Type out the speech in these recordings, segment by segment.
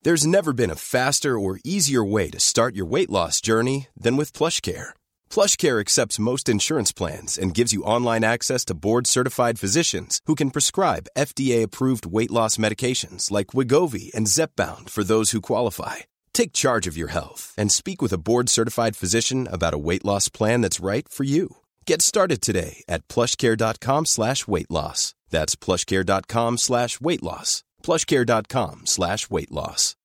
There's never been a faster or easier way to start your weight loss journey than with PlushCare. PlushCare accepts most insurance plans and gives you online access to board-certified physicians who can prescribe FDA-approved weight loss medications like Wegovy and Zepbound for those who qualify. Take charge of your health and speak with a board-certified physician about a weight loss plan that's right for you. Get started today at plushcare.com/weight loss. That's plushcare.com/weight loss. plushcare.com/weight loss.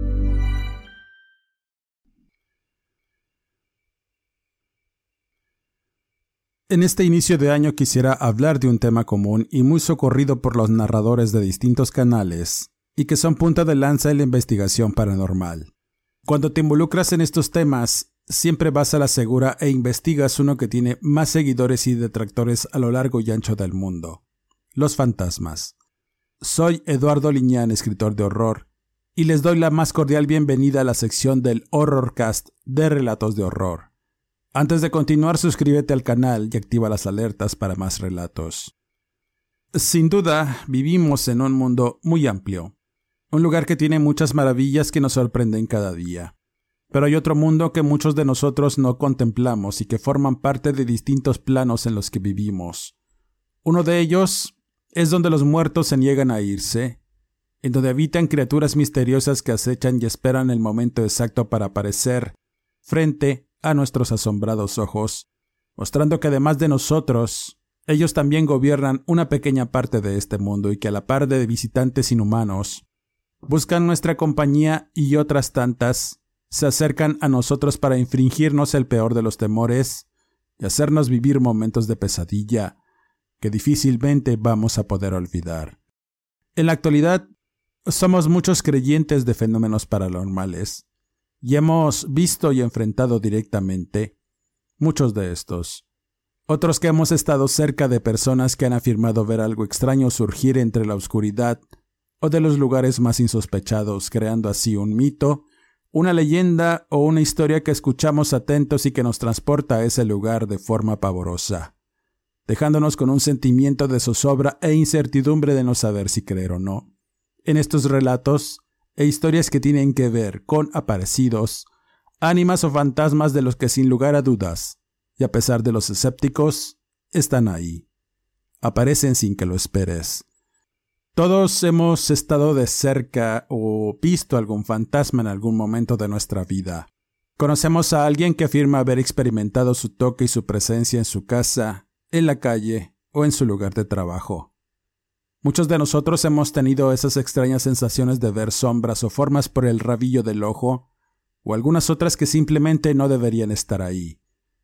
En este inicio de año quisiera hablar de un tema común y muy socorrido por los narradores de distintos canales y que son punta de lanza en la investigación paranormal. Cuando te involucras en estos temas, siempre vas a la segura e investigas uno que tiene más seguidores y detractores a lo largo y ancho del mundo: los fantasmas. Soy Eduardo Liñán, escritor de horror, y les doy la más cordial bienvenida a la sección del Horrorcast de Relatos de Horror. Antes de continuar, suscríbete al canal y activa las alertas para más relatos. Sin duda, vivimos en un mundo muy amplio, un lugar que tiene muchas maravillas que nos sorprenden cada día. Pero hay otro mundo que muchos de nosotros no contemplamos y que forman parte de distintos planos en los que vivimos. Uno de ellos es donde los muertos se niegan a irse, en donde habitan criaturas misteriosas que acechan y esperan el momento exacto para aparecer frente a nuestros asombrados ojos, mostrando que además de nosotros, ellos también gobiernan una pequeña parte de este mundo y que a la par de visitantes inhumanos, buscan nuestra compañía y otras tantas se acercan a nosotros para infringirnos el peor de los temores y hacernos vivir momentos de pesadilla que difícilmente vamos a poder olvidar. En la actualidad, somos muchos creyentes de fenómenos paranormales y hemos visto y enfrentado directamente muchos de estos. Otros que hemos estado cerca de personas que han afirmado ver algo extraño surgir entre la oscuridad o de los lugares más insospechados, creando así un mito, una leyenda o una historia que escuchamos atentos y que nos transporta a ese lugar de forma pavorosa, dejándonos con un sentimiento de zozobra e incertidumbre de no saber si creer o no en estos relatos e historias que tienen que ver con aparecidos, ánimas o fantasmas de los que sin lugar a dudas, y a pesar de los escépticos, están ahí. Aparecen sin que lo esperes. Todos hemos estado de cerca o visto algún fantasma en algún momento de nuestra vida. Conocemos a alguien que afirma haber experimentado su toque y su presencia en su casa, en la calle o en su lugar de trabajo. Muchos de nosotros hemos tenido esas extrañas sensaciones de ver sombras o formas por el rabillo del ojo, o algunas otras que simplemente no deberían estar ahí.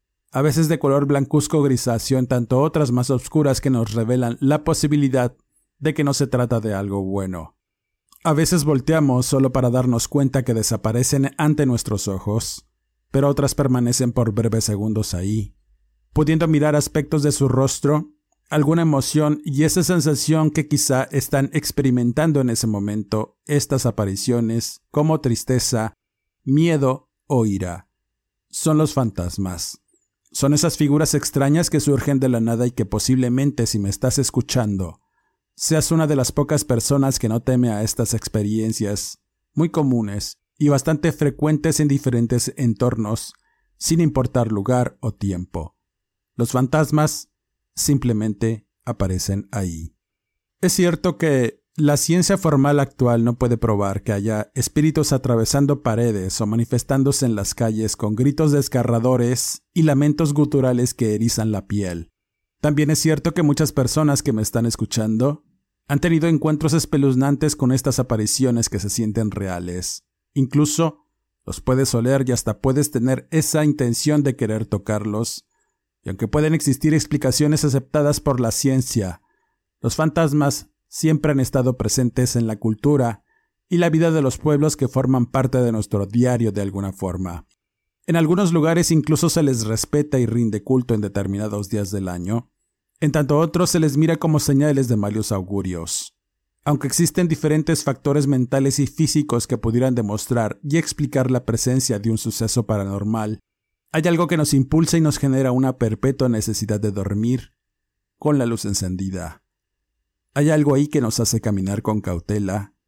A veces de color blancuzco grisáceo, en tanto otras más oscuras que nos revelan la posibilidad de que no se trata de algo bueno. A veces volteamos solo para darnos cuenta que desaparecen ante nuestros ojos, pero otras permanecen por breves segundos ahí, pudiendo mirar aspectos de su rostro, alguna emoción y esa sensación que quizá están experimentando en ese momento estas apariciones, como tristeza, miedo o ira. Son los fantasmas. Son esas figuras extrañas que surgen de la nada y que posiblemente, si me estás escuchando, seas una de las pocas personas que no teme a estas experiencias, muy comunes y bastante frecuentes en diferentes entornos, sin importar lugar o tiempo. Los fantasmas simplemente aparecen ahí. Es cierto que la ciencia formal actual no puede probar que haya espíritus atravesando paredes o manifestándose en las calles con gritos desgarradores y lamentos guturales que erizan la piel. También es cierto que muchas personas que me están escuchando han tenido encuentros espeluznantes con estas apariciones que se sienten reales. Incluso los puedes oler y hasta puedes tener esa intención de querer tocarlos. Y aunque pueden existir explicaciones aceptadas por la ciencia, los fantasmas siempre han estado presentes en la cultura y la vida de los pueblos que forman parte de nuestro diario de alguna forma. En algunos lugares incluso se les respeta y rinde culto en determinados días del año, en tanto a otros se les mira como señales de malos augurios. Aunque existen diferentes factores mentales y físicos que pudieran demostrar y explicar la presencia de un suceso paranormal, hay algo que nos impulsa y nos genera una perpetua necesidad de dormir con la luz encendida. Hay algo ahí que nos hace caminar con cautela,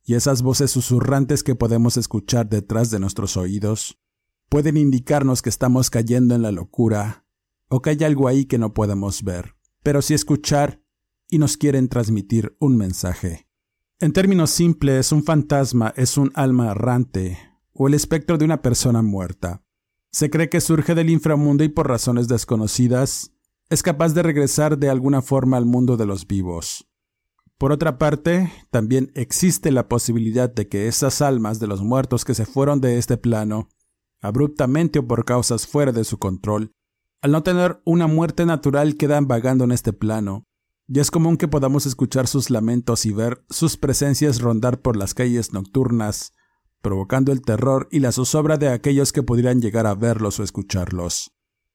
y esas voces susurrantes que podemos escuchar detrás de nuestros oídos pueden indicarnos que estamos cayendo en la locura o que hay algo ahí que no podemos ver, pero sí escuchar y nos quieren transmitir un mensaje. En términos simples, un fantasma es un alma errante o el espectro de una persona muerta. Se cree que surge del inframundo y por razones desconocidas es capaz de regresar de alguna forma al mundo de los vivos. Por otra parte, también existe la posibilidad de que esas almas de los muertos que se fueron de este plano, abruptamente o por causas fuera de su control, al no tener una muerte natural quedan vagando en este plano, y es común que podamos escuchar sus lamentos y ver sus presencias rondar por las calles nocturnas, provocando el terror y la zozobra de aquellos que pudieran llegar a verlos o escucharlos.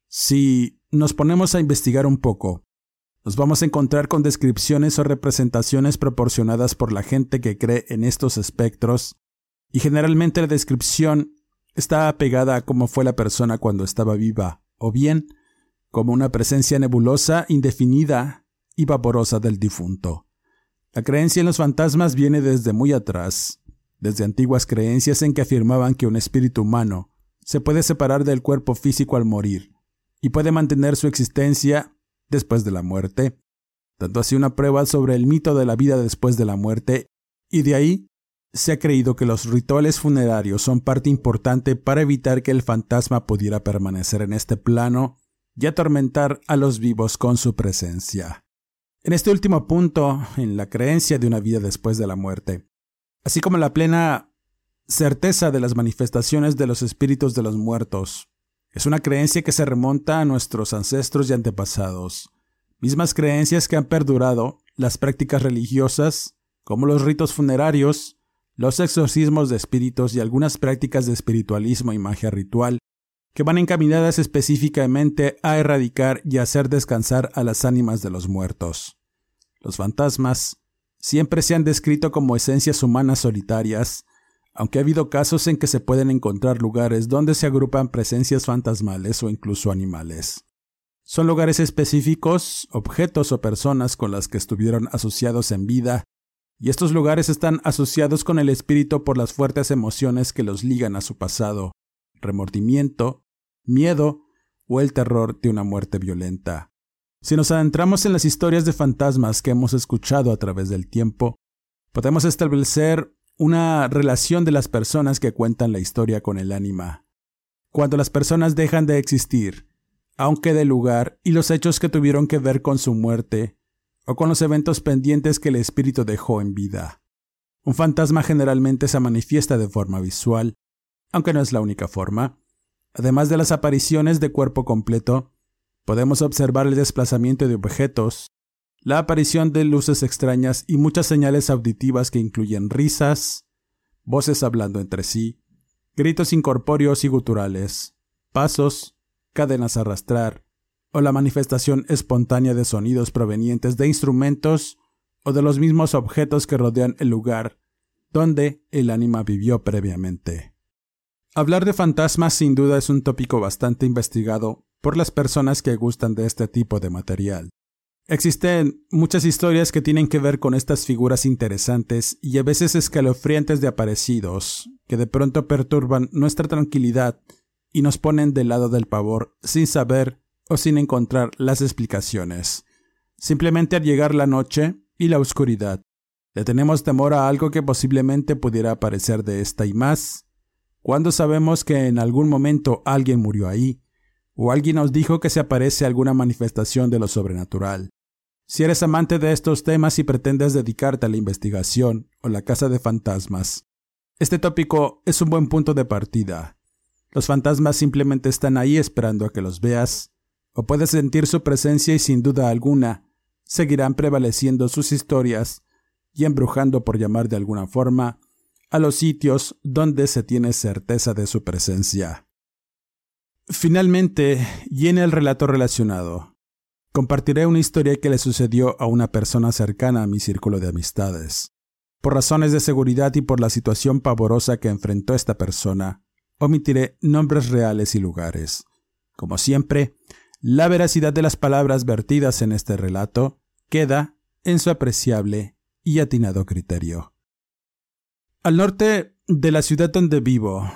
Si nos ponemos a investigar un poco, nos vamos a encontrar con descripciones o representaciones proporcionadas por la gente que cree en estos espectros, y generalmente la descripción está apegada a cómo fue la persona cuando estaba viva, o bien como una presencia nebulosa, indefinida y vaporosa del difunto. La creencia en los fantasmas viene desde muy atrás, desde antiguas creencias en que afirmaban que un espíritu humano se puede separar del cuerpo físico al morir y puede mantener su existencia después de la muerte, dando así una prueba sobre el mito de la vida después de la muerte, y de ahí se ha creído que los rituales funerarios son parte importante para evitar que el fantasma pudiera permanecer en este plano y atormentar a los vivos con su presencia. En este último punto, en la creencia de una vida después de la muerte, así como la plena certeza de las manifestaciones de los espíritus de los muertos, es una creencia que se remonta a nuestros ancestros y antepasados, mismas creencias que han perdurado las prácticas religiosas, como los ritos funerarios, los exorcismos de espíritus y algunas prácticas de espiritualismo y magia ritual, que van encaminadas específicamente a erradicar y hacer descansar a las ánimas de los muertos. Los fantasmas siempre se han descrito como esencias humanas solitarias, aunque ha habido casos en que se pueden encontrar lugares donde se agrupan presencias fantasmales o incluso animales. Son lugares específicos, objetos o personas con las que estuvieron asociados en vida, y estos lugares están asociados con el espíritu por las fuertes emociones que los ligan a su pasado, remordimiento, miedo o el terror de una muerte violenta. Si nos adentramos en las historias de fantasmas que hemos escuchado a través del tiempo, podemos establecer una relación de las personas que cuentan la historia con el ánima. Cuando las personas dejan de existir, aunque del lugar y los hechos que tuvieron que ver con su muerte, o con los eventos pendientes que el espíritu dejó en vida. Un fantasma generalmente se manifiesta de forma visual, aunque no es la única forma. Además de las apariciones de cuerpo completo, podemos observar el desplazamiento de objetos, la aparición de luces extrañas y muchas señales auditivas que incluyen risas, voces hablando entre sí, gritos incorpóreos y guturales, pasos, cadenas a arrastrar, o la manifestación espontánea de sonidos provenientes de instrumentos o de los mismos objetos que rodean el lugar donde el ánima vivió previamente. Hablar de fantasmas sin duda es un tópico bastante investigado por las personas que gustan de este tipo de material. Existen muchas historias que tienen que ver con estas figuras interesantes y a veces escalofriantes de aparecidos, que de pronto perturban nuestra tranquilidad y nos ponen del lado del pavor sin saber o sin encontrar las explicaciones. Simplemente al llegar la noche y la oscuridad, le tenemos temor a algo que posiblemente pudiera aparecer de esta y más, cuando sabemos que en algún momento alguien murió ahí, o alguien nos dijo que se aparece alguna manifestación de lo sobrenatural. Si eres amante de estos temas y pretendes dedicarte a la investigación o la caza de fantasmas, este tópico es un buen punto de partida. Los fantasmas simplemente están ahí esperando a que los veas, o puedes sentir su presencia y sin duda alguna seguirán prevaleciendo sus historias y embrujando, por llamar de alguna forma, a los sitios donde se tiene certeza de su presencia. Finalmente, y en el relato relacionado, compartiré una historia que le sucedió a una persona cercana a mi círculo de amistades. Por razones de seguridad y por la situación pavorosa que enfrentó esta persona, omitiré nombres reales y lugares. Como siempre, la veracidad de las palabras vertidas en este relato queda en su apreciable y atinado criterio. Al norte de la ciudad donde vivo,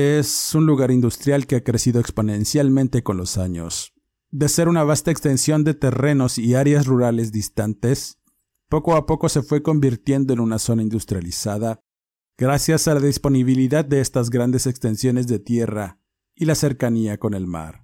es un lugar industrial que ha crecido exponencialmente con los años. De ser una vasta extensión de terrenos y áreas rurales distantes, poco a poco se fue convirtiendo en una zona industrializada, gracias a la disponibilidad de estas grandes extensiones de tierra y la cercanía con el mar.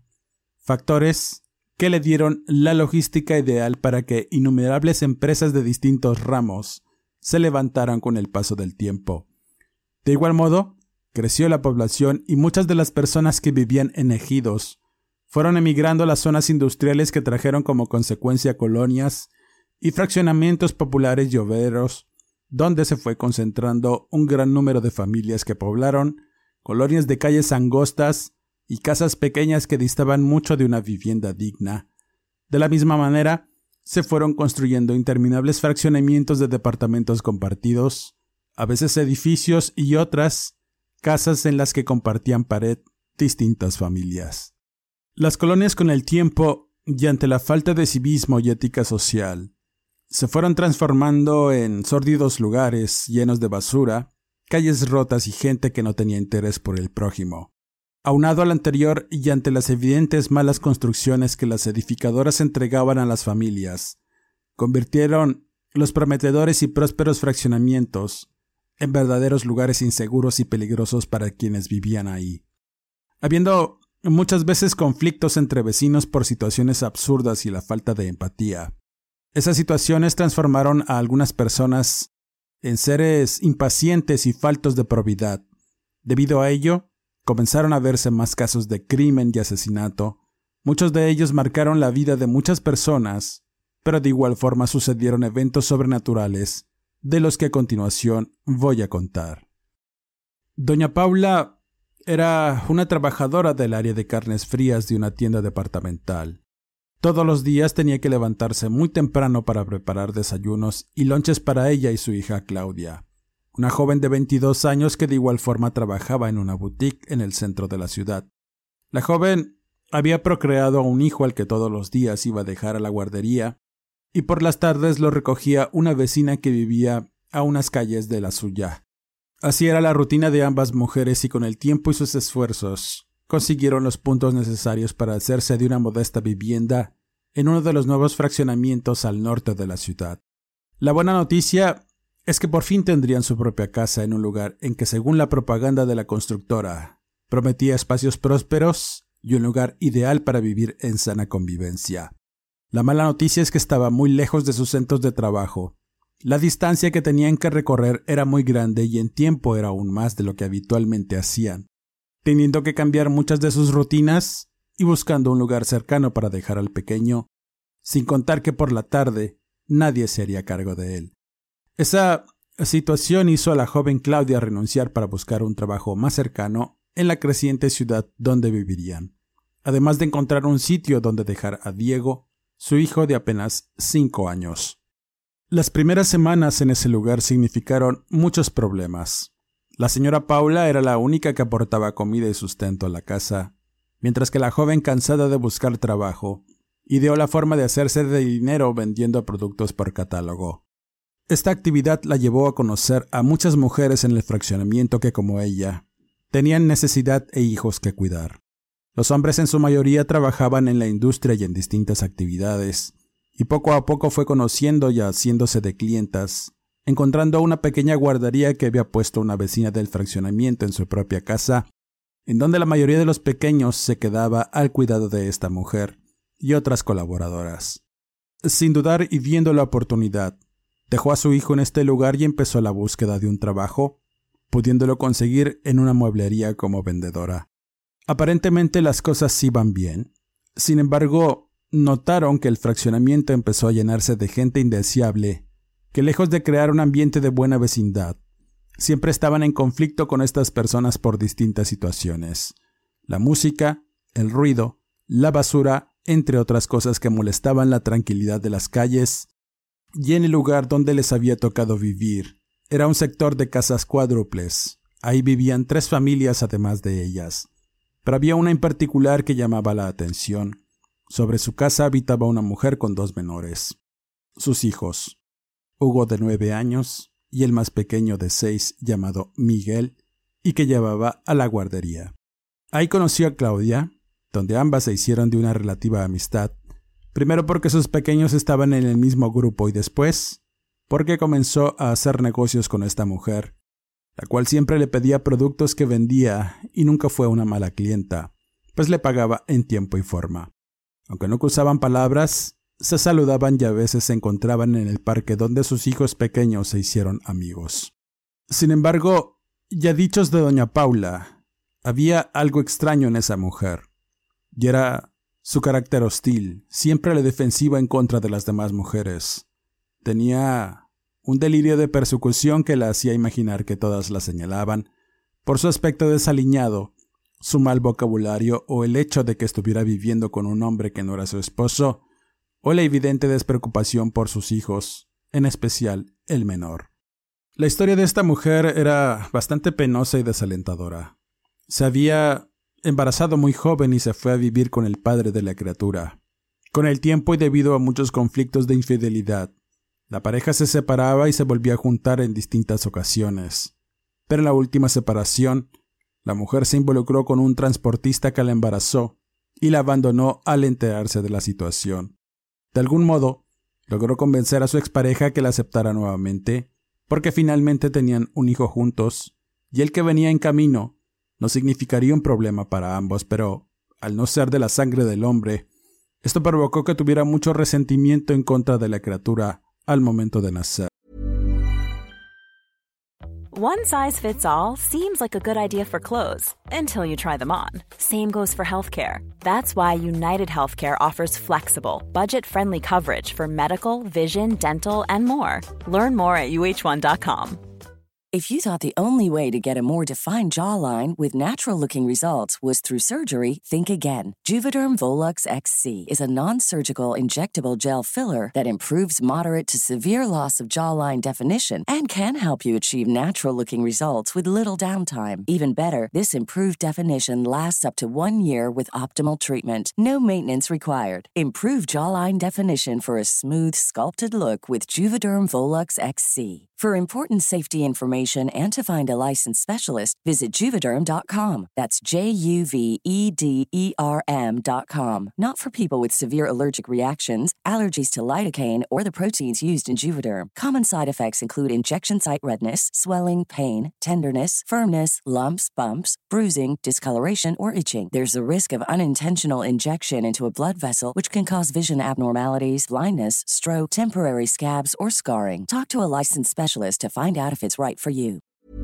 Factores que le dieron la logística ideal para que innumerables empresas de distintos ramos se levantaran con el paso del tiempo. De igual modo, creció la población y muchas de las personas que vivían en ejidos fueron emigrando a las zonas industriales que trajeron como consecuencia colonias y fraccionamientos populares y obreros, donde se fue concentrando un gran número de familias que poblaron colonias de calles angostas y casas pequeñas que distaban mucho de una vivienda digna. De la misma manera, se fueron construyendo interminables fraccionamientos de departamentos compartidos, a veces edificios y otras casas en las que compartían pared distintas familias. Las colonias con el tiempo y ante la falta de civismo y ética social, se fueron transformando en sórdidos lugares llenos de basura, calles rotas y gente que no tenía interés por el prójimo. Aunado al anterior y ante las evidentes malas construcciones que las edificadoras entregaban a las familias, convirtieron los prometedores y prósperos fraccionamientos en verdaderos lugares inseguros y peligrosos para quienes vivían ahí. Habiendo muchas veces conflictos entre vecinos por situaciones absurdas y la falta de empatía. Esas situaciones transformaron a algunas personas en seres impacientes y faltos de probidad. Debido a ello, comenzaron a verse más casos de crimen y asesinato. Muchos de ellos marcaron la vida de muchas personas, pero de igual forma sucedieron eventos sobrenaturales, de los que a continuación voy a contar. Doña Paula era una trabajadora del área de carnes frías de una tienda departamental. Todos los días tenía que levantarse muy temprano para preparar desayunos y lonches para ella y su hija Claudia, una joven de 22 años que de igual forma trabajaba en una boutique en el centro de la ciudad. La joven había procreado a un hijo al que todos los días iba a dejar a la guardería y por las tardes lo recogía una vecina que vivía a unas calles de la suya. Así era la rutina de ambas mujeres y con el tiempo y sus esfuerzos consiguieron los puntos necesarios para hacerse de una modesta vivienda en uno de los nuevos fraccionamientos al norte de la ciudad. La buena noticia es que por fin tendrían su propia casa en un lugar en que, según la propaganda de la constructora, prometía espacios prósperos y un lugar ideal para vivir en sana convivencia. La mala noticia es que estaba muy lejos de sus centros de trabajo. La distancia que tenían que recorrer era muy grande y en tiempo era aún más de lo que habitualmente hacían, teniendo que cambiar muchas de sus rutinas y buscando un lugar cercano para dejar al pequeño, sin contar que por la tarde nadie se haría cargo de él. Esa situación hizo a la joven Claudia renunciar para buscar un trabajo más cercano en la creciente ciudad donde vivirían, además de encontrar un sitio donde dejar a Diego, su hijo de apenas 5 años. Las primeras semanas en ese lugar significaron muchos problemas. La señora Paula era la única que aportaba comida y sustento a la casa, mientras que la joven, cansada de buscar trabajo, ideó la forma de hacerse de dinero vendiendo productos por catálogo. Esta actividad la llevó a conocer a muchas mujeres en el fraccionamiento que, como ella, tenían necesidad e hijos que cuidar. Los hombres en su mayoría trabajaban en la industria y en distintas actividades, y poco a poco fue conociendo y haciéndose de clientas, encontrando una pequeña guardería que había puesto una vecina del fraccionamiento en su propia casa, en donde la mayoría de los pequeños se quedaba al cuidado de esta mujer y otras colaboradoras. Sin dudar y viendo la oportunidad, dejó a su hijo en este lugar y empezó la búsqueda de un trabajo, pudiéndolo conseguir en una mueblería como vendedora. Aparentemente las cosas iban bien. Sin embargo, notaron que el fraccionamiento empezó a llenarse de gente indeseable, que lejos de crear un ambiente de buena vecindad, siempre estaban en conflicto con estas personas por distintas situaciones. La música, el ruido, la basura, entre otras cosas que molestaban la tranquilidad de las calles, y en el lugar donde les había tocado vivir, era un sector de casas cuádruples. Ahí vivían 3 familias además de ellas, pero había una en particular que llamaba la atención. Sobre su casa habitaba una mujer con 2 menores, sus hijos, Hugo de 9 años y el más pequeño de 6 llamado Miguel, y que llevaba a la guardería. Ahí conoció a Claudia, donde ambas se hicieron de una relativa amistad, primero porque sus pequeños estaban en el mismo grupo y después porque comenzó a hacer negocios con esta mujer, la cual siempre le pedía productos que vendía y nunca fue una mala clienta, pues le pagaba en tiempo y forma. Aunque no cruzaban palabras, se saludaban y a veces se encontraban en el parque donde sus hijos pequeños se hicieron amigos. Sin embargo, ya dichos de doña Paula, había algo extraño en esa mujer, y era su carácter hostil, siempre a la defensiva en contra de las demás mujeres. Tenía un delirio de persecución que la hacía imaginar que todas la señalaban por su aspecto desaliñado, su mal vocabulario o el hecho de que estuviera viviendo con un hombre que no era su esposo, o la evidente despreocupación por sus hijos, en especial el menor. La historia de esta mujer era bastante penosa y desalentadora. Se había embarazado muy joven y se fue a vivir con el padre de la criatura. Con el tiempo y debido a muchos conflictos de infidelidad, la pareja se separaba y se volvía a juntar en distintas ocasiones. Pero en la última separación, la mujer se involucró con un transportista que la embarazó y la abandonó al enterarse de la situación. De algún modo, logró convencer a su expareja que la aceptara nuevamente, porque finalmente tenían un hijo juntos, y el que venía en camino no significaría un problema para ambos, pero al no ser de la sangre del hombre, esto provocó que tuviera mucho resentimiento en contra de la criatura al momento de nacer. One size fits all seems like a good idea for clothes until you try them on. Same goes for healthcare. That's why United Healthcare offers flexible, budget-friendly coverage for medical, vision, dental, and more. Learn more at uh1.com. If you thought the only way to get a more defined jawline with natural-looking results was through surgery, think again. Juvederm Volux XC is a non-surgical injectable gel filler that improves moderate to severe loss of jawline definition and can help you achieve natural-looking results with little downtime. Even better, this improved definition lasts up to 1 year with optimal treatment. No maintenance required. Improve jawline definition for a smooth, sculpted look with Juvederm Volux XC. For important safety information and to find a licensed specialist, visit Juvederm.com. That's Juvederm.com. Not for people with severe allergic reactions, allergies to lidocaine, or the proteins used in Juvederm. Common side effects include injection site redness, swelling, pain, tenderness, firmness, lumps, bumps, bruising, discoloration, or itching. There's a risk of unintentional injection into a blood vessel, which can cause vision abnormalities, blindness, stroke, temporary scabs, or scarring. Talk to a licensed specialist to find out if it's right for you.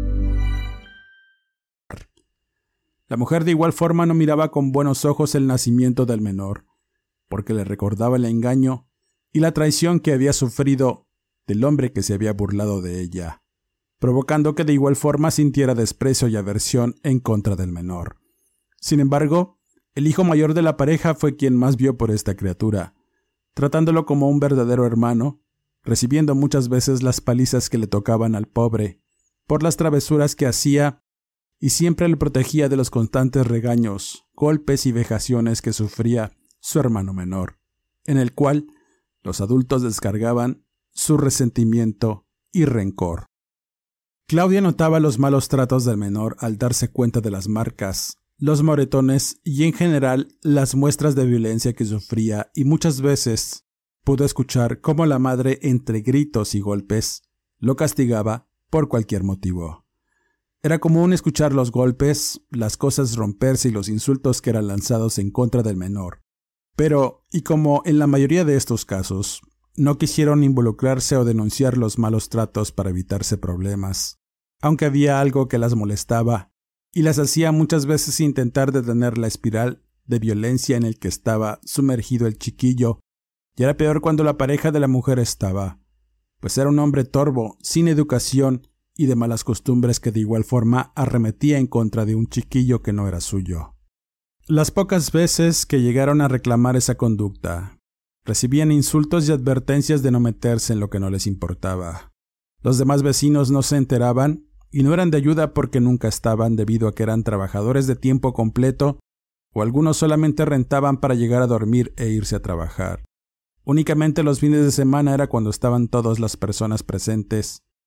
La mujer de igual forma no miraba con buenos ojos el nacimiento del menor, porque le recordaba el engaño y la traición que había sufrido del hombre que se había burlado de ella, provocando que de igual forma sintiera desprecio y aversión en contra del menor. Sin embargo, el hijo mayor de la pareja fue quien más vio por esta criatura, tratándolo como un verdadero hermano, recibiendo muchas veces las palizas que le tocaban al pobre por las travesuras que hacía y siempre le protegía de los constantes regaños, golpes y vejaciones que sufría su hermano menor, en el cual los adultos descargaban su resentimiento y rencor. Claudia notaba los malos tratos del menor al darse cuenta de las marcas, los moretones y en general las muestras de violencia que sufría, y muchas veces pudo escuchar cómo la madre, entre gritos y golpes, lo castigaba por cualquier motivo. Era común escuchar los golpes, las cosas romperse y los insultos que eran lanzados en contra del menor. Pero, y como en la mayoría de estos casos, no quisieron involucrarse o denunciar los malos tratos para evitarse problemas, aunque había algo que las molestaba y las hacía muchas veces intentar detener la espiral de violencia en el que estaba sumergido el chiquillo. Y era peor cuando la pareja de la mujer estaba, pues era un hombre torvo, sin educación y de malas costumbres que de igual forma arremetía en contra de un chiquillo que no era suyo. Las pocas veces que llegaron a reclamar esa conducta, recibían insultos y advertencias de no meterse en lo que no les importaba. Los demás vecinos no se enteraban y no eran de ayuda porque nunca estaban debido a que eran trabajadores de tiempo completo o algunos solamente rentaban para llegar a dormir e irse a trabajar. Únicamente los fines de semana era cuando estaban todas las personas presentes,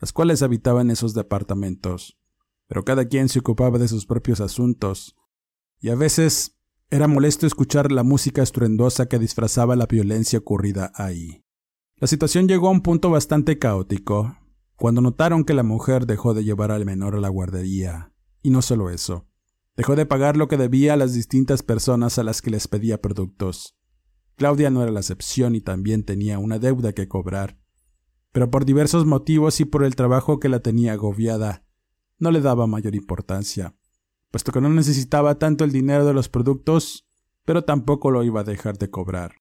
las cuales habitaban esos departamentos, pero cada quien se ocupaba de sus propios asuntos, y a veces era molesto escuchar la música estruendosa que disfrazaba la violencia ocurrida ahí. La situación llegó a un punto bastante caótico, cuando notaron que la mujer dejó de llevar al menor a la guardería, y no solo eso, dejó de pagar lo que debía a las distintas personas a las que les pedía productos. Claudia no era la excepción y también tenía una deuda que cobrar, pero por diversos motivos y por el trabajo que la tenía agobiada, no le daba mayor importancia, puesto que no necesitaba tanto el dinero de los productos, pero tampoco lo iba a dejar de cobrar.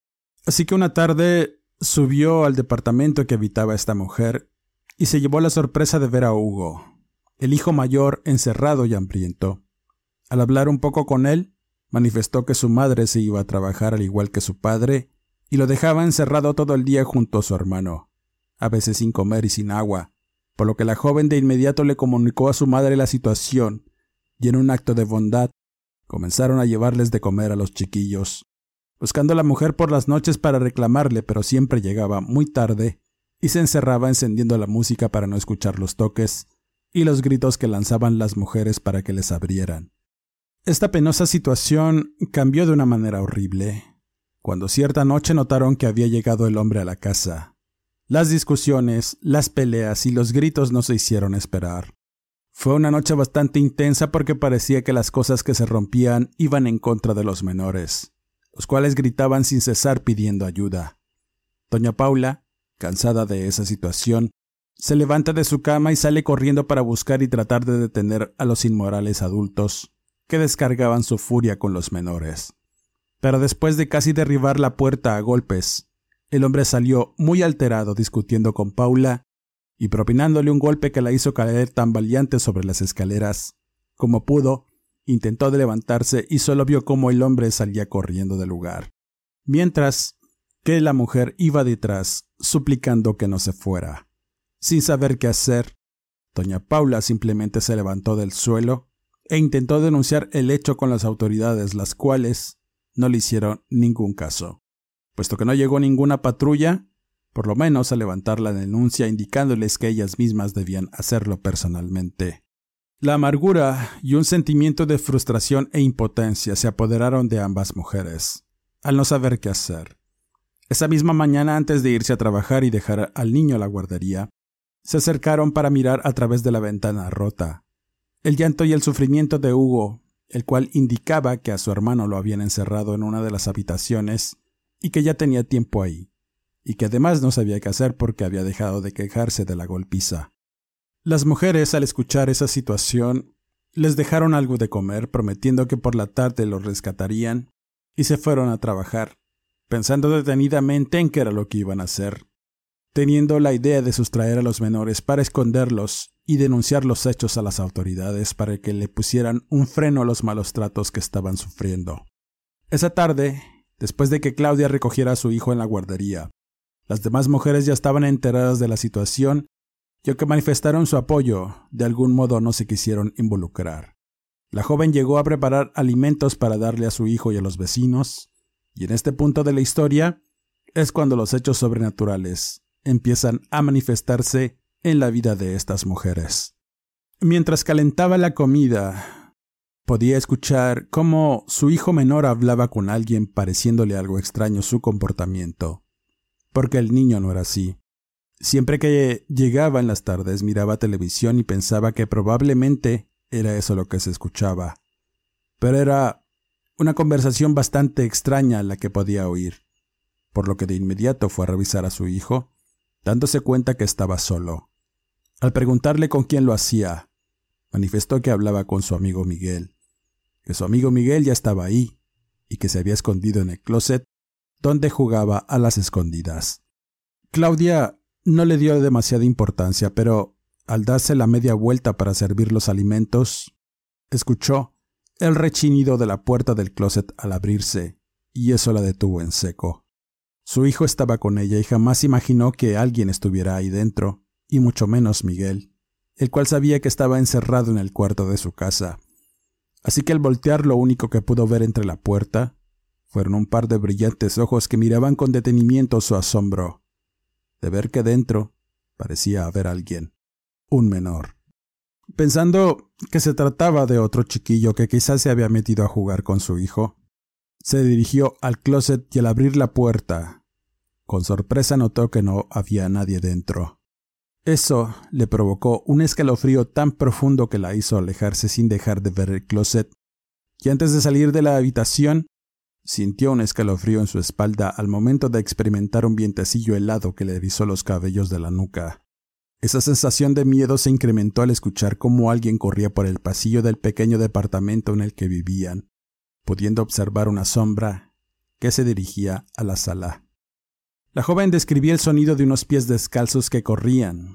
Así que una tarde subió al departamento que habitaba esta mujer y se llevó la sorpresa de ver a Hugo, el hijo mayor, encerrado y hambriento. Al hablar un poco con él, manifestó que su madre se iba a trabajar al igual que su padre y lo dejaba encerrado todo el día junto a su hermano, a veces sin comer y sin agua, por lo que la joven de inmediato le comunicó a su madre la situación y en un acto de bondad comenzaron a llevarles de comer a los chiquillos, buscando a la mujer por las noches para reclamarle, pero siempre llegaba muy tarde y se encerraba encendiendo la música para no escuchar los toques y los gritos que lanzaban las mujeres para que les abrieran. Esta penosa situación cambió de una manera horrible, cuando cierta noche notaron que había llegado el hombre a la casa. Las discusiones, las peleas y los gritos no se hicieron esperar. Fue una noche bastante intensa porque parecía que las cosas que se rompían iban en contra de los menores, los cuales gritaban sin cesar pidiendo ayuda. Doña Paula, cansada de esa situación, se levanta de su cama y sale corriendo para buscar y tratar de detener a los inmorales adultos que descargaban su furia con los menores. Pero después de casi derribar la puerta a golpes, el hombre salió muy alterado discutiendo con Paula y propinándole un golpe que la hizo caer tambaleante sobre las escaleras. Como pudo, intentó de levantarse y solo vio cómo el hombre salía corriendo del lugar, mientras que la mujer iba detrás, suplicando que no se fuera. Sin saber qué hacer, doña Paula simplemente se levantó del suelo e intentó denunciar el hecho con las autoridades, las cuales no le hicieron ningún caso, puesto que no llegó ninguna patrulla, por lo menos a levantar la denuncia indicándoles que ellas mismas debían hacerlo personalmente. La amargura y un sentimiento de frustración e impotencia se apoderaron de ambas mujeres, al no saber qué hacer. Esa misma mañana, antes de irse a trabajar y dejar al niño a la guardería, se acercaron para mirar a través de la ventana rota. El llanto y el sufrimiento de Hugo, el cual indicaba que a su hermano lo habían encerrado en una de las habitaciones y que ya tenía tiempo ahí, y que además no sabía qué hacer porque había dejado de quejarse de la golpiza. Las mujeres, al escuchar esa situación, les dejaron algo de comer, prometiendo que por la tarde los rescatarían, y se fueron a trabajar, pensando detenidamente en qué era lo que iban a hacer, teniendo la idea de sustraer a los menores para esconderlos y denunciar los hechos a las autoridades para que le pusieran un freno a los malos tratos que estaban sufriendo. Esa tarde, después de que Claudia recogiera a su hijo en la guardería, las demás mujeres ya estaban enteradas de la situación y aunque manifestaron su apoyo, de algún modo no se quisieron involucrar. La joven llegó a preparar alimentos para darle a su hijo y a los vecinos, y en este punto de la historia es cuando los hechos sobrenaturales empiezan a manifestarse en la vida de estas mujeres. Mientras calentaba la comida, podía escuchar cómo su hijo menor hablaba con alguien pareciéndole algo extraño su comportamiento, porque el niño no era así. Siempre que llegaba en las tardes miraba televisión y pensaba que probablemente era eso lo que se escuchaba, pero era una conversación bastante extraña la que podía oír, por lo que de inmediato fue a revisar a su hijo, dándose cuenta que estaba solo. Al preguntarle con quién lo hacía, manifestó que hablaba con su amigo Miguel, que su amigo Miguel ya estaba ahí y que se había escondido en el closet donde jugaba a las escondidas. Claudia no le dio demasiada importancia, pero al darse la media vuelta para servir los alimentos, escuchó el rechinido de la puerta del closet al abrirse, y eso la detuvo en seco. Su hijo estaba con ella y jamás imaginó que alguien estuviera ahí dentro, y mucho menos Miguel, el cual sabía que estaba encerrado en el cuarto de su casa. Así que al voltear lo único que pudo ver entre la puerta fueron un par de brillantes ojos que miraban con detenimiento su asombro de ver que dentro Parecía haber alguien, un menor. Pensando que se trataba de otro chiquillo que quizás se había metido a jugar con su hijo, se dirigió al closet y al abrir la puerta, con sorpresa notó que no había nadie dentro. Eso le provocó un escalofrío tan profundo que la hizo alejarse sin dejar de ver el closet, y antes de salir de la habitación, sintió un escalofrío en su espalda al momento de experimentar un vientecillo helado que le erizó los cabellos de la nuca. Esa sensación de miedo se incrementó al escuchar cómo alguien corría por el pasillo del pequeño departamento en el que vivían, pudiendo observar una sombra que se dirigía a la sala. La joven describía el sonido de unos pies descalzos que corrían.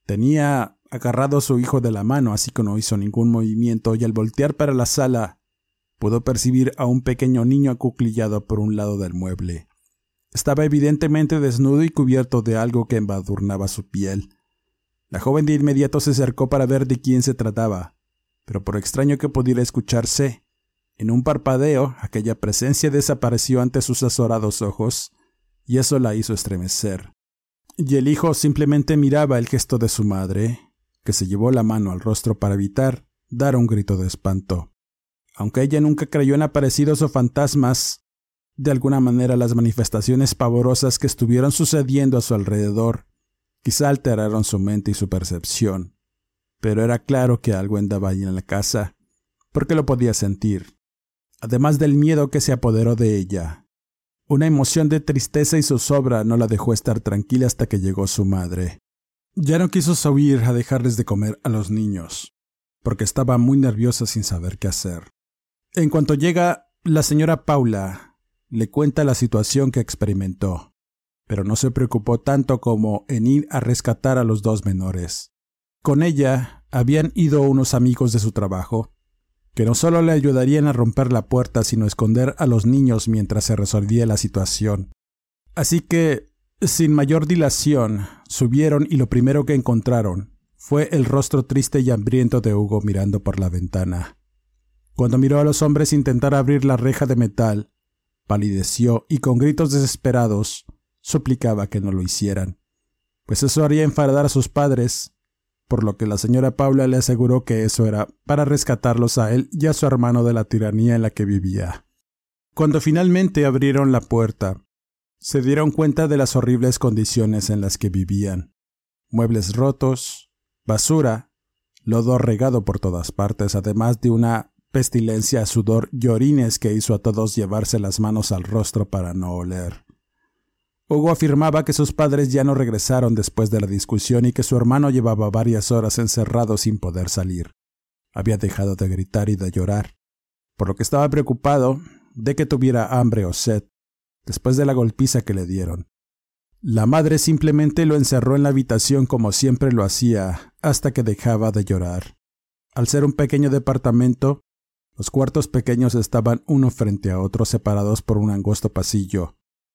Tenía agarrado a su hijo de la mano, así que no hizo ningún movimiento, y al voltear para la sala, pudo percibir a un pequeño niño acuclillado por un lado del mueble. Estaba evidentemente desnudo y cubierto de algo que embadurnaba su piel. La joven de inmediato se acercó para ver de quién se trataba, pero por extraño que pudiera escucharse, en un parpadeo aquella presencia desapareció ante sus azorados ojos, y eso la hizo estremecer. Y el hijo simplemente miraba el gesto de su madre, que se llevó la mano al rostro para evitar dar un grito de espanto. Aunque ella nunca creyó en aparecidos o fantasmas, de alguna manera las manifestaciones pavorosas que estuvieron sucediendo a su alrededor quizá alteraron su mente y su percepción, pero era claro que algo andaba ahí en la casa, porque lo podía sentir. Además del miedo que se apoderó de ella, una emoción de tristeza y zozobra no la dejó estar tranquila hasta que llegó su madre. Ya no quiso subir a dejarles de comer a los niños, porque estaba muy nerviosa sin saber qué hacer. En cuanto llega, la señora Paula le cuenta la situación que experimentó, pero no se preocupó tanto como en ir a rescatar a los dos menores. Con ella habían ido unos amigos de su trabajo, que no solo le ayudarían a romper la puerta, sino a esconder a los niños mientras se resolvía la situación. Así que, sin mayor dilación, subieron y lo primero que encontraron fue el rostro triste y hambriento de Hugo mirando por la ventana. Cuando miró a los hombres intentar abrir la reja de metal, palideció y con gritos desesperados suplicaba que no lo hicieran, pues eso haría enfadar a sus padres, por lo que la señora Paula le aseguró que eso era para rescatarlos a él y a su hermano de la tiranía en la que vivía. Cuando finalmente abrieron la puerta, se dieron cuenta de las horribles condiciones en las que vivían. Muebles rotos, basura, lodo regado por todas partes, además de una pestilencia a sudor y orines que hizo a todos llevarse las manos al rostro para no oler. Hugo afirmaba que sus padres ya no regresaron después de la discusión y que su hermano llevaba varias horas encerrado sin poder salir. Había dejado de gritar y de llorar, por lo que estaba preocupado de que tuviera hambre o sed, después de la golpiza que le dieron. La madre simplemente lo encerró en la habitación como siempre lo hacía, hasta que dejaba de llorar. Al ser un pequeño departamento, los cuartos pequeños estaban uno frente a otro separados por un angosto pasillo.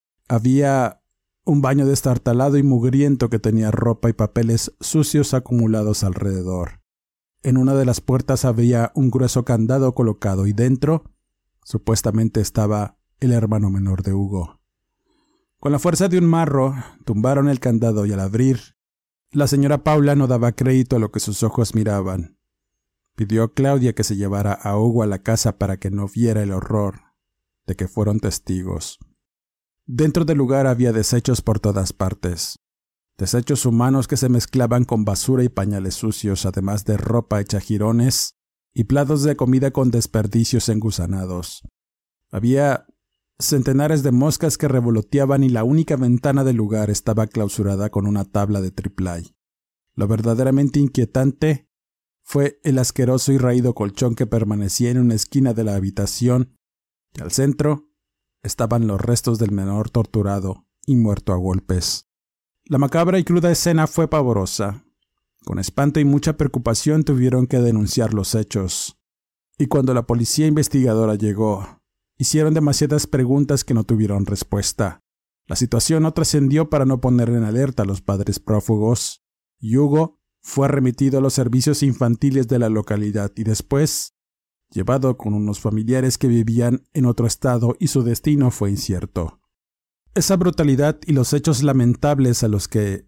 Había un baño destartalado y mugriento que tenía ropa y papeles sucios acumulados alrededor. En una de las puertas había un grueso candado colocado y dentro, supuestamente estaba el hermano menor de Hugo. Con la fuerza de un marro, tumbaron el candado y al abrir, la señora Paula no daba crédito a lo que sus ojos miraban. Pidió a Claudia que se llevara a Hugo a la casa para que no viera el horror de que fueron testigos. Dentro del lugar había desechos por todas partes. Desechos humanos que se mezclaban con basura y pañales sucios, además de ropa hecha jirones y platos de comida con desperdicios engusanados. Había centenares de moscas que revoloteaban y la única ventana del lugar estaba clausurada con una tabla de triplay. Lo verdaderamente inquietante fue el asqueroso y raído colchón que permanecía en una esquina de la habitación, y al centro estaban los restos del menor torturado y muerto a golpes. La macabra y cruda escena fue pavorosa. Con espanto y mucha preocupación tuvieron que denunciar los hechos. Y cuando la policía investigadora llegó, hicieron demasiadas preguntas que no tuvieron respuesta. La situación no trascendió para no poner en alerta a los padres prófugos, y Hugo fue remitido a los servicios infantiles de la localidad y después llevado con unos familiares que vivían en otro estado y su destino fue incierto. Esa brutalidad y los hechos lamentables a los que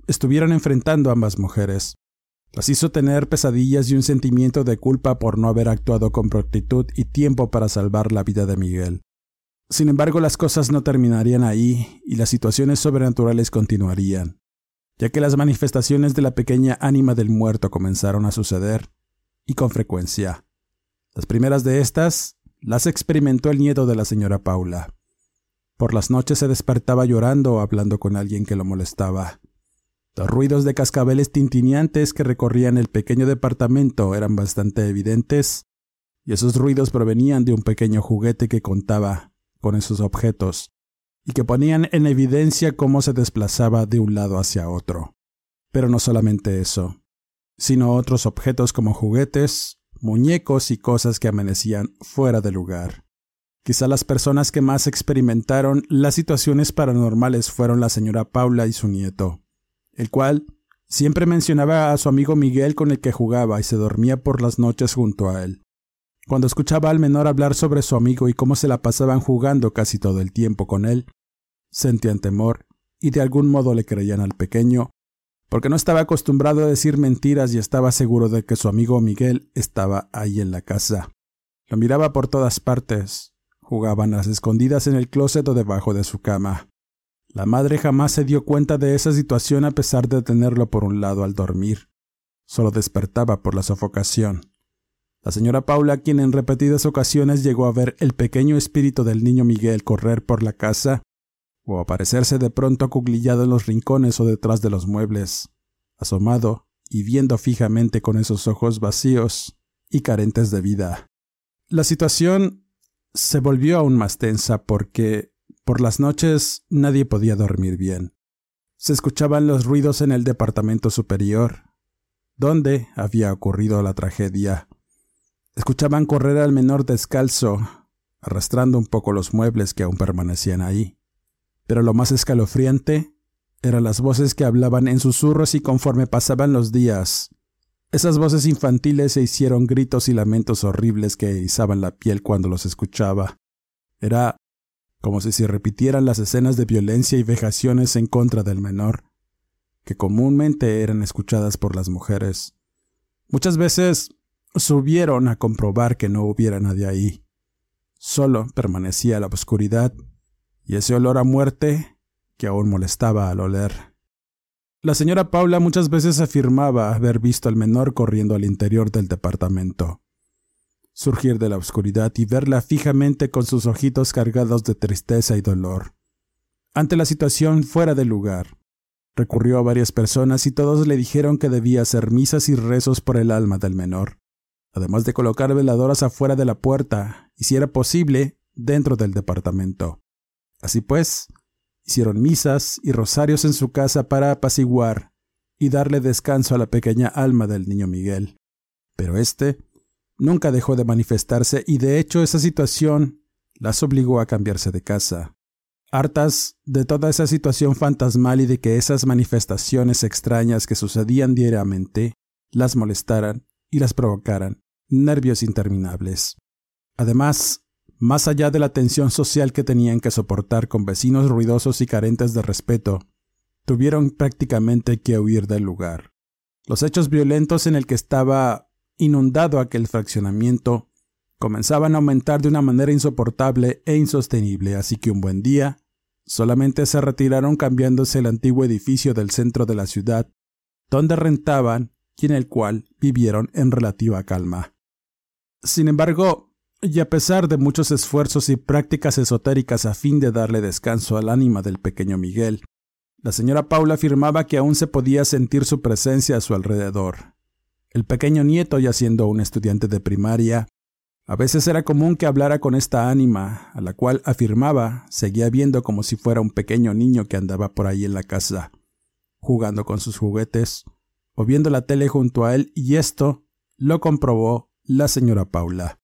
estuvieron enfrentando a ambas mujeres. Las hizo tener pesadillas y un sentimiento de culpa por no haber actuado con prontitud y tiempo para salvar la vida de Miguel. Sin embargo, las cosas no terminarían ahí y las situaciones sobrenaturales continuarían, ya que las manifestaciones de la pequeña ánima del muerto comenzaron a suceder, y con frecuencia. Las primeras de estas las experimentó el nieto de la señora Paula. Por las noches se despertaba llorando o hablando con alguien que lo molestaba. Los ruidos de cascabeles tintineantes que recorrían el pequeño departamento eran bastante evidentes, y esos ruidos provenían de un pequeño juguete que contaba con esos objetos, y que ponían en evidencia cómo se desplazaba de un lado hacia otro. Pero no solamente eso, sino otros objetos como juguetes, muñecos y cosas que amanecían fuera de lugar. Quizá las personas que más experimentaron las situaciones paranormales fueron la señora Paula y su nieto, el cual siempre mencionaba a su amigo Miguel con el que jugaba y se dormía por las noches junto a él. Cuando escuchaba al menor hablar sobre su amigo y cómo se la pasaban jugando casi todo el tiempo con él, sentían temor y de algún modo le creían al pequeño, porque no estaba acostumbrado a decir mentiras y estaba seguro de que su amigo Miguel estaba ahí en la casa. Lo miraba por todas partes. Jugaban a las escondidas en el closet o debajo de su cama. La madre jamás se dio cuenta de esa situación a pesar de tenerlo por un lado al dormir. Solo despertaba por la sofocación. La señora Paula, quien en repetidas ocasiones llegó a ver el pequeño espíritu del niño Miguel correr por la casa, o aparecerse de pronto acuclillado en los rincones o detrás de los muebles, asomado y viendo fijamente con esos ojos vacíos y carentes de vida. La situación se volvió aún más tensa porque por las noches nadie podía dormir bien. Se escuchaban los ruidos en el departamento superior, donde había ocurrido la tragedia. Escuchaban correr al menor descalzo, arrastrando un poco los muebles que aún permanecían ahí. Pero lo más escalofriante eran las voces que hablaban en susurros y conforme pasaban los días. Esas voces infantiles se hicieron gritos y lamentos horribles que erizaban la piel cuando los escuchaba. Era como si se repitieran las escenas de violencia y vejaciones en contra del menor, que comúnmente eran escuchadas por las mujeres. Muchas veces subieron a comprobar que no hubiera nadie ahí. Solo permanecía la oscuridad y ese olor a muerte que aún molestaba al oler. La señora Paula muchas veces afirmaba haber visto al menor corriendo al interior del departamento, surgir de la oscuridad y verla fijamente con sus ojitos cargados de tristeza y dolor. Ante la situación fuera de lugar, recurrió a varias personas y todos le dijeron que debía hacer misas y rezos por el alma del menor, además de colocar veladoras afuera de la puerta y, si era posible, dentro del departamento. Así pues, hicieron misas y rosarios en su casa para apaciguar y darle descanso a la pequeña alma del niño Miguel. Pero éste nunca dejó de manifestarse y de hecho esa situación las obligó a cambiarse de casa. Hartas de toda esa situación fantasmal y de que esas manifestaciones extrañas que sucedían diariamente las molestaran y las provocaran nervios interminables. Además, más allá de la tensión social que tenían que soportar con vecinos ruidosos y carentes de respeto, tuvieron prácticamente que huir del lugar. Los hechos violentos en el que estaba inundado aquel fraccionamiento comenzaban a aumentar de una manera insoportable e insostenible, así que un buen día solamente se retiraron cambiándose el antiguo edificio del centro de la ciudad, donde rentaban y en el cual vivieron en relativa calma. Sin embargo, y a pesar de muchos esfuerzos y prácticas esotéricas a fin de darle descanso al ánima del pequeño Miguel, la señora Paula afirmaba que aún se podía sentir su presencia a su alrededor. El pequeño nieto, ya siendo un estudiante de primaria, a veces era común que hablara con esta ánima, a la cual afirmaba seguía viendo como si fuera un pequeño niño que andaba por ahí en la casa, jugando con sus juguetes o viendo la tele junto a él, y esto lo comprobó la señora Paula.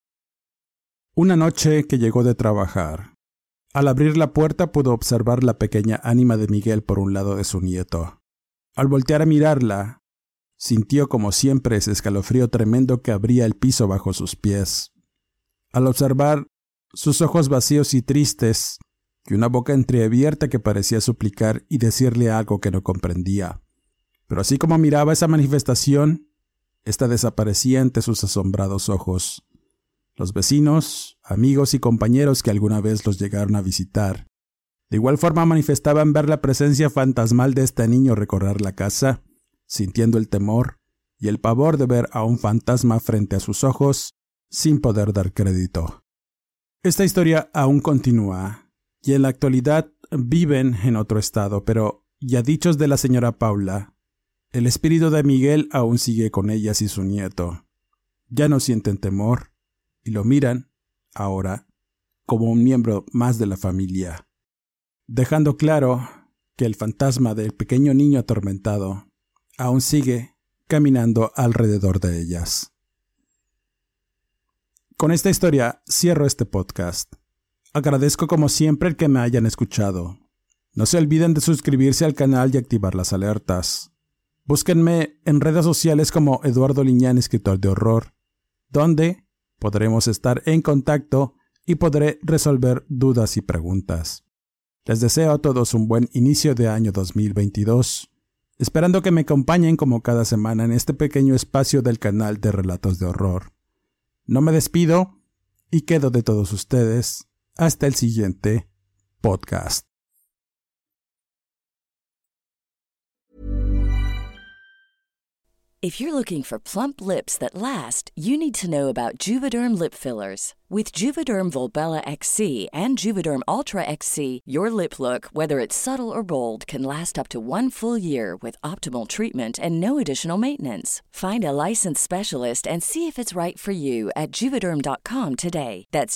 Una noche que llegó de trabajar, al abrir la puerta pudo observar la pequeña ánima de Miguel por un lado de su nieto. Al voltear a mirarla, sintió como siempre ese escalofrío tremendo que abría el piso bajo sus pies. Al observar sus ojos vacíos y tristes, y una boca entreabierta que parecía suplicar y decirle algo que no comprendía, Pero así como miraba esa manifestación, esta desaparecía ante sus asombrados ojos. Los vecinos, amigos y compañeros que alguna vez los llegaron a visitar, de igual forma manifestaban ver la presencia fantasmal de este niño recorrer la casa, sintiendo el temor y el pavor de ver a un fantasma frente a sus ojos, sin poder dar crédito. Esta historia aún continúa, y en la actualidad viven en otro estado, pero, y a dichos de la señora Paula, el espíritu de Miguel aún sigue con ellas y su nieto. Ya no sienten temor, y lo miran, ahora, como un miembro más de la familia, dejando claro que el fantasma del pequeño niño atormentado aún sigue caminando alrededor de ellas. Con esta historia cierro este podcast. Agradezco como siempre el que me hayan escuchado. No se olviden de suscribirse al canal y activar las alertas. Búsquenme en redes sociales como Eduardo Liñán, escritor de horror, donde podremos estar en contacto y podré resolver dudas y preguntas. Les deseo a todos un buen inicio de año 2022, esperando que me acompañen como cada semana en este pequeño espacio del canal de Relatos de Horror. No me despido y quedo de todos ustedes hasta el siguiente podcast. If you're looking for plump lips that last, you need to know about Juvederm lip fillers. With Juvederm Volbella XC and Juvederm Ultra XC, your lip look, whether it's subtle or bold, can last up to 1 full year with optimal treatment and no additional maintenance. Find a licensed specialist and see if it's right for you at Juvederm.com today. That's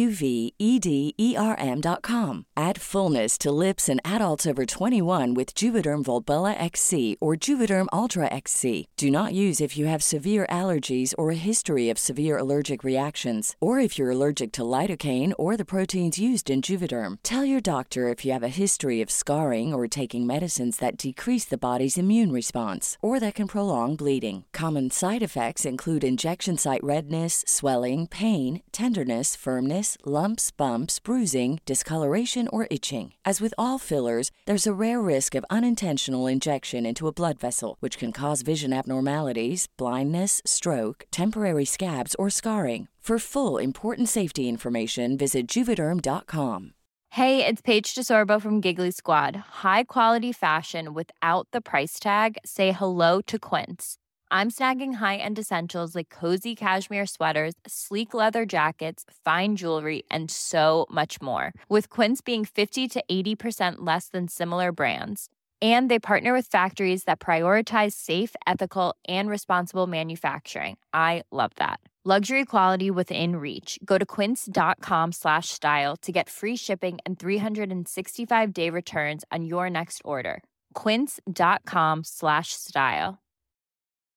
JUVEDERM.com. Add fullness to lips in adults over 21 with Juvederm Volbella XC or Juvederm Ultra XC. Do not use if you have severe allergies or a history of severe allergic reactions, or if you're allergic to lidocaine or the proteins used in Juvederm. Tell your doctor if you have a history of scarring or taking medicines that decrease the body's immune response or that can prolong bleeding. Common side effects include injection site redness, swelling, pain, tenderness, firmness, lumps, bumps, bruising, discoloration, or itching. As with all fillers, there's a rare risk of unintentional injection into a blood vessel, which can cause vision abnormalities, blindness, stroke, temporary scabs, or scarring. For full, important safety information, visit Juvederm.com. Hey, it's Paige DeSorbo from Giggly Squad. High quality fashion without the price tag. Say hello to Quince. I'm snagging high-end essentials like cozy cashmere sweaters, sleek leather jackets, fine jewelry, and so much more. With Quince being 50 to 80% less than similar brands. And they partner with factories that prioritize safe, ethical, and responsible manufacturing. I love that. Luxury quality within reach. Go to quince.com/style to get free shipping and 365-day returns on your next order. Quince.com/style.